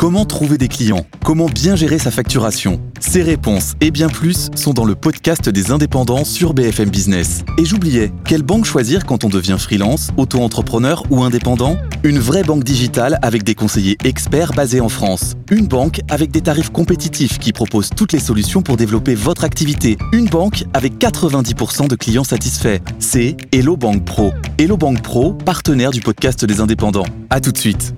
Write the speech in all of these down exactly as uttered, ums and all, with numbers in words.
Comment trouver des clients ? Comment bien gérer sa facturation ? Ces réponses et bien plus sont dans le podcast des indépendants sur B F M Business. Et j'oubliais, quelle banque choisir quand on devient freelance, auto-entrepreneur ou indépendant ? Une vraie banque digitale avec des conseillers experts basés en France. Une banque avec des tarifs compétitifs qui propose toutes les solutions pour développer votre activité. Une banque avec quatre-vingt-dix pour cent de clients satisfaits. C'est Hello Bank Pro. Hello Bank Pro, partenaire du podcast des indépendants. À tout de suite.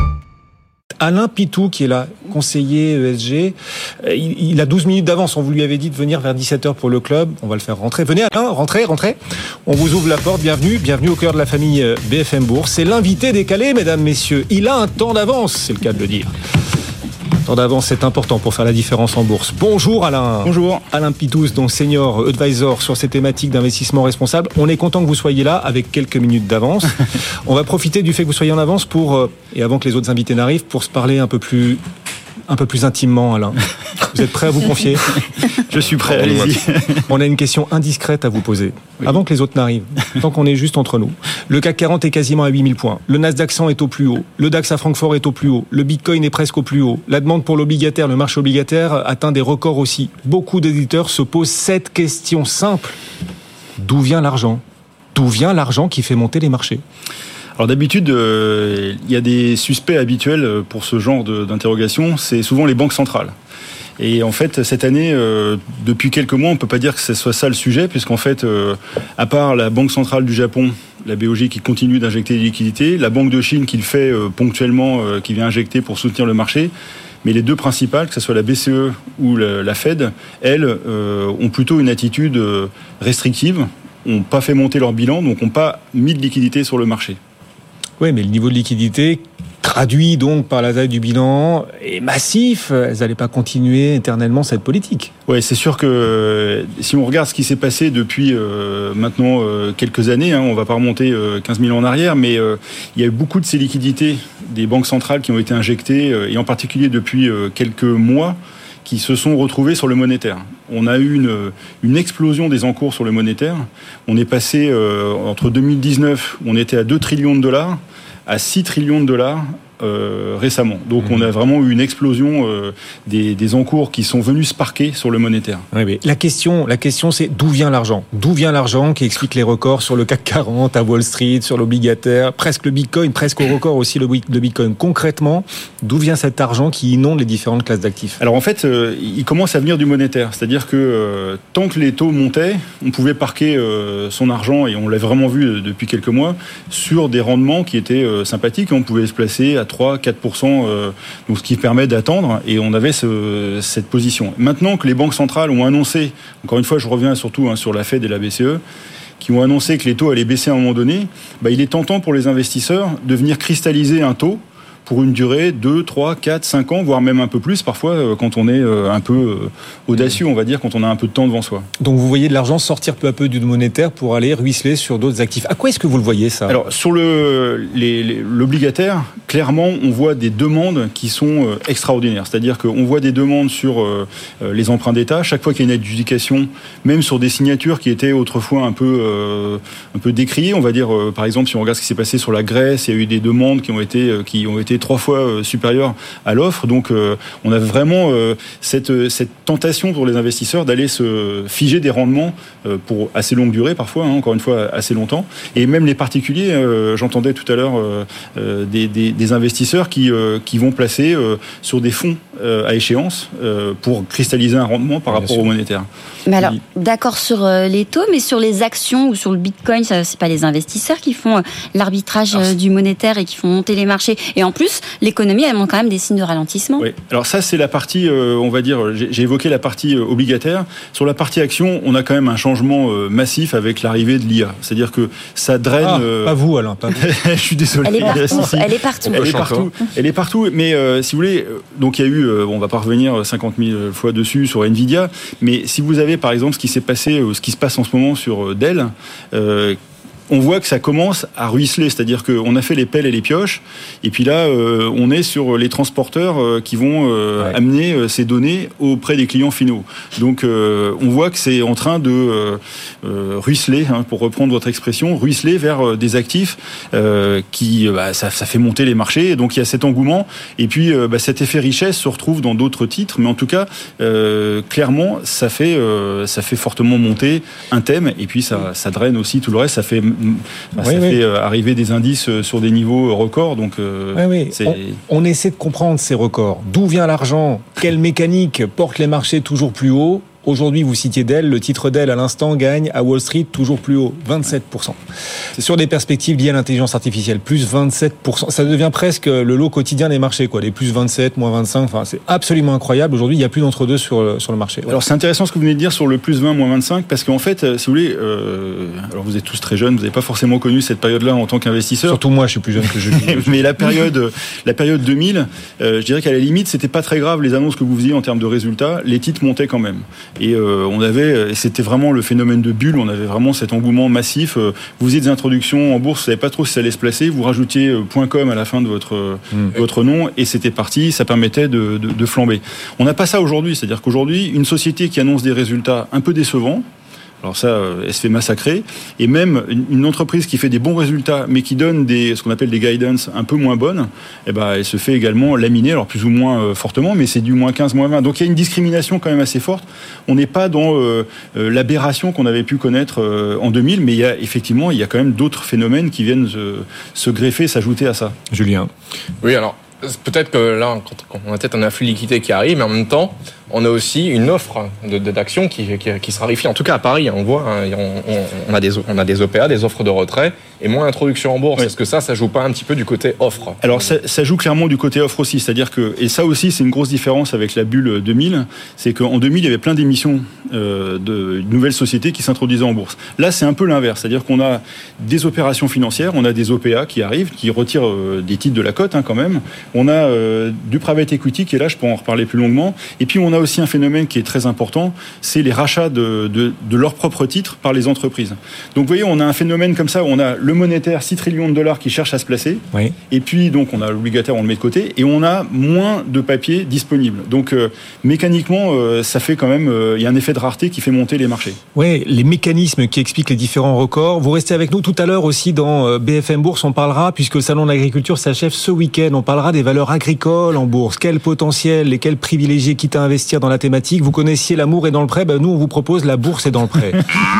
Alain Pitou, qui est là, conseiller E S G, il, il a douze minutes d'avance. On vous lui avait dit de venir vers dix-sept heures pour le club. On va le faire rentrer. Venez Alain, rentrez, rentrez. On vous ouvre la porte. Bienvenue, bienvenue au cœur de la famille B F M Bourse. C'est l'invité décalé, mesdames, messieurs. Il a un temps d'avance, c'est le cas de le dire. Temps d'avance, c'est important pour faire la différence en bourse. Bonjour Alain. Bonjour. Alain Pitous, donc senior advisor sur ces thématiques d'investissement responsable. On est content que vous soyez là avec quelques minutes d'avance. On va profiter du fait que vous soyez en avance pour, et avant que les autres invités n'arrivent, pour se parler un peu plus, un peu plus intimement, Alain. Vous êtes prêt à vous confier ? Je suis prêt, allez-y. On a une question indiscrète à vous poser, oui. Avant que les autres n'arrivent, tant qu'on est juste entre nous. Le C A C quarante est quasiment à huit mille points. Le Nasdaq cent est au plus haut. Le DAX à Francfort est au plus haut. Le Bitcoin est presque au plus haut. La demande pour l'obligataire, le marché obligataire, atteint des records aussi. Beaucoup d'éditeurs se posent cette question simple. D'où vient l'argent ? D'où vient l'argent qui fait monter les marchés ? Alors d'habitude, il euh, y a des suspects habituels pour ce genre de, d'interrogation. C'est souvent les banques centrales. Et en fait, cette année, euh, depuis quelques mois, on ne peut pas dire que ce soit ça le sujet, puisqu'en fait, euh, à part la Banque centrale du Japon, la B O J qui continue d'injecter des liquidités, la Banque de Chine qui le fait euh, ponctuellement, euh, qui vient injecter pour soutenir le marché, mais les deux principales, que ce soit la B C E ou la, la Fed, elles euh, ont plutôt une attitude euh, restrictive, n'ont pas fait monter leur bilan, donc n'ont pas mis de liquidités sur le marché. Oui, mais le niveau de liquidité traduit donc par la taille du bilan est massif. Elles n'allaient pas continuer éternellement cette politique. Oui, c'est sûr que si on regarde ce qui s'est passé depuis euh, maintenant euh, quelques années, hein, on ne va pas remonter euh, quinze mille ans en arrière, mais euh, il y a eu beaucoup de ces liquidités des banques centrales qui ont été injectées, euh, et en particulier depuis euh, quelques mois, qui se sont retrouvés sur le monétaire. On a eu une, une explosion des encours sur le monétaire. On est passé, euh, entre deux mille dix-neuf, on était à deux trillions de dollars, à six trillions de dollars euh, récemment. Donc mmh. on a vraiment eu une explosion euh, des, des encours qui sont venus se parquer sur le monétaire. Oui, mais la question, la question c'est d'où vient l'argent ? D'où vient l'argent qui explique les records sur le C A C quarante, à Wall Street, sur l'obligataire, presque le Bitcoin, presque au record aussi le, le Bitcoin. Concrètement, d'où vient cet argent qui inonde les différentes classes d'actifs ? Alors en fait, euh, il commence à venir du monétaire. C'est-à-dire que euh, tant que les taux montaient, on pouvait parquer euh, son argent, et on l'a vraiment vu euh, depuis quelques mois, sur des rendements qui étaient euh, sympathiques. On pouvait se placer à trois à quatre pour cent, euh, donc ce qui permet d'attendre, et on avait ce, cette position. Maintenant que les banques centrales ont annoncé, encore une fois je reviens surtout hein, sur la Fed et la B C E, qui ont annoncé que les taux allaient baisser à un moment donné, bah, il est tentant pour les investisseurs de venir cristalliser un taux pour une durée de deux, trois, quatre, cinq ans, voire même un peu plus parfois quand on est un peu audacieux, on va dire, quand on a un peu de temps devant soi. Donc vous voyez de l'argent sortir peu à peu du monétaire pour aller ruisseler sur d'autres actifs. À quoi est-ce que vous le voyez ça ? Alors sur le, les, les, l'obligataire, clairement on voit des demandes qui sont extraordinaires. C'est-à-dire qu'on voit des demandes sur euh, les emprunts d'État. Chaque fois qu'il y a une adjudication, même sur des signatures qui étaient autrefois un peu, euh, un peu décriées, on va dire, euh, par exemple si on regarde ce qui s'est passé sur la Grèce, il y a eu des demandes qui ont été, euh, qui ont été trois fois euh, supérieure à l'offre. Donc euh, on a vraiment euh, cette, cette tentation pour les investisseurs d'aller se figer des rendements euh, pour assez longue durée parfois, hein, encore une fois assez longtemps. Et même les particuliers, euh, j'entendais tout à l'heure euh, euh, des, des, des investisseurs qui, euh, qui vont placer euh, sur des fonds euh, à échéance euh, pour cristalliser un rendement par Bien rapport sûr. Au monétaire. Mais alors, d'accord sur les taux, mais sur les actions ou sur le Bitcoin, ça, c'est pas les investisseurs qui font l'arbitrage alors, du monétaire et qui font monter les marchés. Et en plus, l'économie, elle montre quand même des signes de ralentissement. Oui. Alors ça, c'est la partie, euh, on va dire, j'ai, j'ai évoqué la partie euh, obligataire. Sur la partie action, on a quand même un changement euh, massif avec l'arrivée de l'I A. C'est-à-dire que ça draine... Ah, euh... pas vous, Alain, pas vous. Je suis désolé. Elle est partout. Si, si. Elle est partout. Elle est partout. Elle est partout. Mais euh, si vous voulez, donc il y a eu, euh, on va pas revenir cinquante mille fois dessus sur Nvidia, mais si vous avez par exemple ce qui s'est passé, ou ce qui se passe en ce moment sur Dell, euh, on voit que ça commence à ruisseler, c'est-à-dire qu'on a fait les pelles et les pioches, et puis là, euh, on est sur les transporteurs euh, qui vont euh, ouais. amener euh, ces données auprès des clients finaux. Donc, euh, on voit que c'est en train de euh, euh, ruisseler, hein, pour reprendre votre expression, ruisseler vers euh, des actifs euh, qui, bah, ça, ça fait monter les marchés, et donc il y a cet engouement, et puis euh, bah, cet effet richesse se retrouve dans d'autres titres, mais en tout cas, euh, clairement, ça fait, euh, ça fait fortement monter un thème, et puis ça, ça draine aussi tout le reste, ça fait, bah, oui, ça oui. fait euh, arriver des indices sur des niveaux records. Donc, euh, oui, oui. C'est... On, on essaie de comprendre ces records. D'où vient l'argent ? Quelle mécanique porte les marchés toujours plus haut ? Aujourd'hui, vous citiez Dell, le titre Dell à l'instant gagne à Wall Street toujours plus haut, vingt-sept pour cent. C'est sur des perspectives liées à l'intelligence artificielle, plus vingt-sept pour cent. Ça devient presque le lot quotidien des marchés, quoi. Les plus vingt-sept, moins vingt-cinq, enfin, c'est absolument incroyable. Aujourd'hui, il n'y a plus d'entre-deux sur, sur le marché. Ouais. Alors, c'est intéressant ce que vous venez de dire sur le plus vingt, moins vingt-cinq, parce qu'en fait, si vous voulez, euh, alors vous êtes tous très jeunes, vous n'avez pas forcément connu cette période-là en tant qu'investisseur. Surtout moi, je suis plus jeune que je dis. Mais la période, la période deux mille, euh, je dirais qu'à la limite, c'était pas très grave les annonces que vous faisiez en termes de résultats. Les titres montaient quand même. Et euh, on avait et c'était vraiment le phénomène de bulle, on avait vraiment cet engouement massif. Vous faisiez des introductions en bourse, vous ne savez pas trop si ça allait se placer, vous rajoutiez .com à la fin de votre, mmh. votre nom, et c'était parti, ça permettait de, de, de flamber. On n'a pas ça aujourd'hui, c'est-à-dire qu'aujourd'hui, une société qui annonce des résultats un peu décevants, alors ça, elle se fait massacrer. Et même une entreprise qui fait des bons résultats, mais qui donne des, ce qu'on appelle des guidance un peu moins bonnes, eh ben, elle se fait également laminer, alors plus ou moins fortement, mais c'est du moins quinze, moins vingt. Donc il y a une discrimination quand même assez forte. On n'est pas dans euh, l'aberration qu'on avait pu connaître euh, en deux mille, mais il y a effectivement, il y a quand même d'autres phénomènes qui viennent se, se greffer, s'ajouter à ça. Julien. Oui, alors peut-être que là, quand on a peut-être un afflux de liquidité qui arrive, mais en même temps, on a aussi une offre de, de, d'actions qui, qui, qui se raréfie. En tout cas, à Paris, on voit, hein, on, on, a des, on a des O P A, des offres de retrait, et moins d'introduction en bourse. Oui. Est-ce que ça, ça joue pas un petit peu du côté offre ? Alors, ça, ça joue clairement du côté offre aussi. C'est-à-dire que, et ça aussi, c'est une grosse différence avec la bulle deux mille, c'est qu'en deux mille, il y avait plein d'émissions euh, de nouvelles sociétés qui s'introduisaient en bourse. Là, c'est un peu l'inverse. C'est-à-dire qu'on a des opérations financières, on a des O P A qui arrivent, qui retirent euh, des titres de la cote, hein, quand même. On a euh, du private equity qui est là, je peux en reparler plus longuement. Et puis, on a aussi un phénomène qui est très important, c'est les rachats de, de, de leurs propres titres par les entreprises. Donc, vous voyez, on a un phénomène comme ça où on a le monétaire, six trillions de dollars qui cherche à se placer. Oui. Et puis, donc, on a l'obligataire, on le met de côté, et on a moins de papier disponible. Donc, euh, mécaniquement, euh, ça fait quand même, il euh, y a un effet de rareté qui fait monter les marchés. Oui, les mécanismes qui expliquent les différents records. Vous restez avec nous tout à l'heure aussi dans B F M Bourse. On parlera, puisque le salon de l'agriculture s'achève ce week-end, on parlera des valeurs agricoles en bourse. Quel potentiel, lesquels privilégier, quitte à investir dans la thématique. Vous connaissiez l'amour est dans le prêt, ben nous on vous propose la bourse est dans le prêt.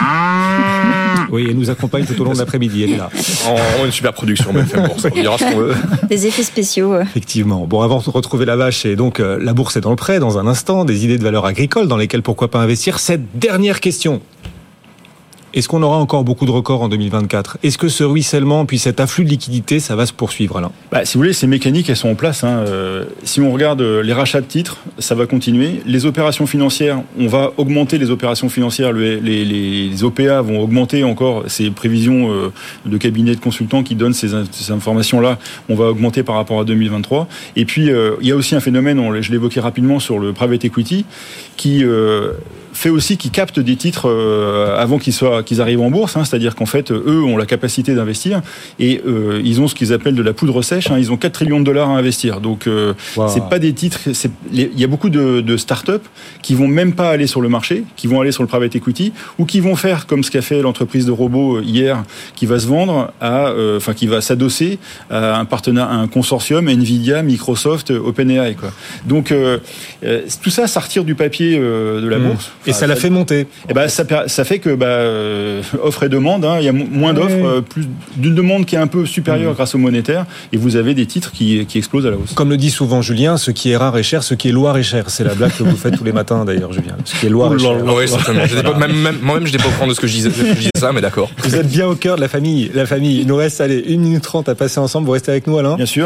Oui, elle nous accompagne tout au long de l'après-midi, elle est là. On a une super production, B F M Bourse, on dira ce qu'on veut. Des effets spéciaux. Effectivement. Bon, avant de retrouver la vache, et donc euh, la bourse est dans le prêt, dans un instant, des idées de valeurs agricoles dans lesquelles pourquoi pas investir. Cette dernière question. Est-ce qu'on aura encore beaucoup de records en deux mille vingt-quatre ? Est-ce que ce ruissellement, puis cet afflux de liquidités, ça va se poursuivre, Alain ? Bah, si vous voulez, ces mécaniques, elles sont en place. Hein. Euh, si on regarde les rachats de titres, ça va continuer. Les opérations financières, on va augmenter les opérations financières. Les, les, les O P A vont augmenter encore. Ces prévisions euh, de cabinets de consultants qui donnent ces, ces informations-là, on va augmenter par rapport à deux mille vingt-trois. Et puis, euh, il y a aussi un phénomène, on, je l'évoquais rapidement sur le private equity, qui... Euh, fait aussi qu'ils captent des titres euh, avant qu'ils soient qu'ils arrivent en bourse, hein, c'est-à-dire qu'en fait eux ont la capacité d'investir et euh, ils ont ce qu'ils appellent de la poudre sèche, hein, ils ont quatre trillions de dollars à investir. Donc euh, wow. c'est pas des titres, il y a beaucoup de, de start-up qui vont même pas aller sur le marché, qui vont aller sur le private equity ou qui vont faire comme ce qu'a fait l'entreprise de robots hier, qui va se vendre à, euh, enfin qui va s'adosser à un partenaire, à un consortium, Nvidia, Microsoft, OpenAI, quoi. Donc euh, euh, tout ça, ça retire du papier euh, de la mmh. bourse. Et ça l'a fait monter. Et ben ça, ça fait que bah, euh, offre et demande, hein, il y a moins d'offres, oui. euh, plus d'une demande qui est un peu supérieure mmh. grâce au monétaire, et vous avez des titres qui, qui explosent à la hausse. Comme le dit souvent Julien, ce qui est rare est cher, ce qui est Loire est cher. C'est la blague que vous faites tous les matins d'ailleurs, Julien. Ce qui est Loire est cher. Oui, certainement. Pas, même, même, moi-même, je n'étais pas au courant de ce que je disais, je disais ça, mais d'accord. Vous êtes bien au cœur de la famille. La famille. Il nous reste allez, une minute trente à passer ensemble. Vous restez avec nous, Alain ? Bien sûr.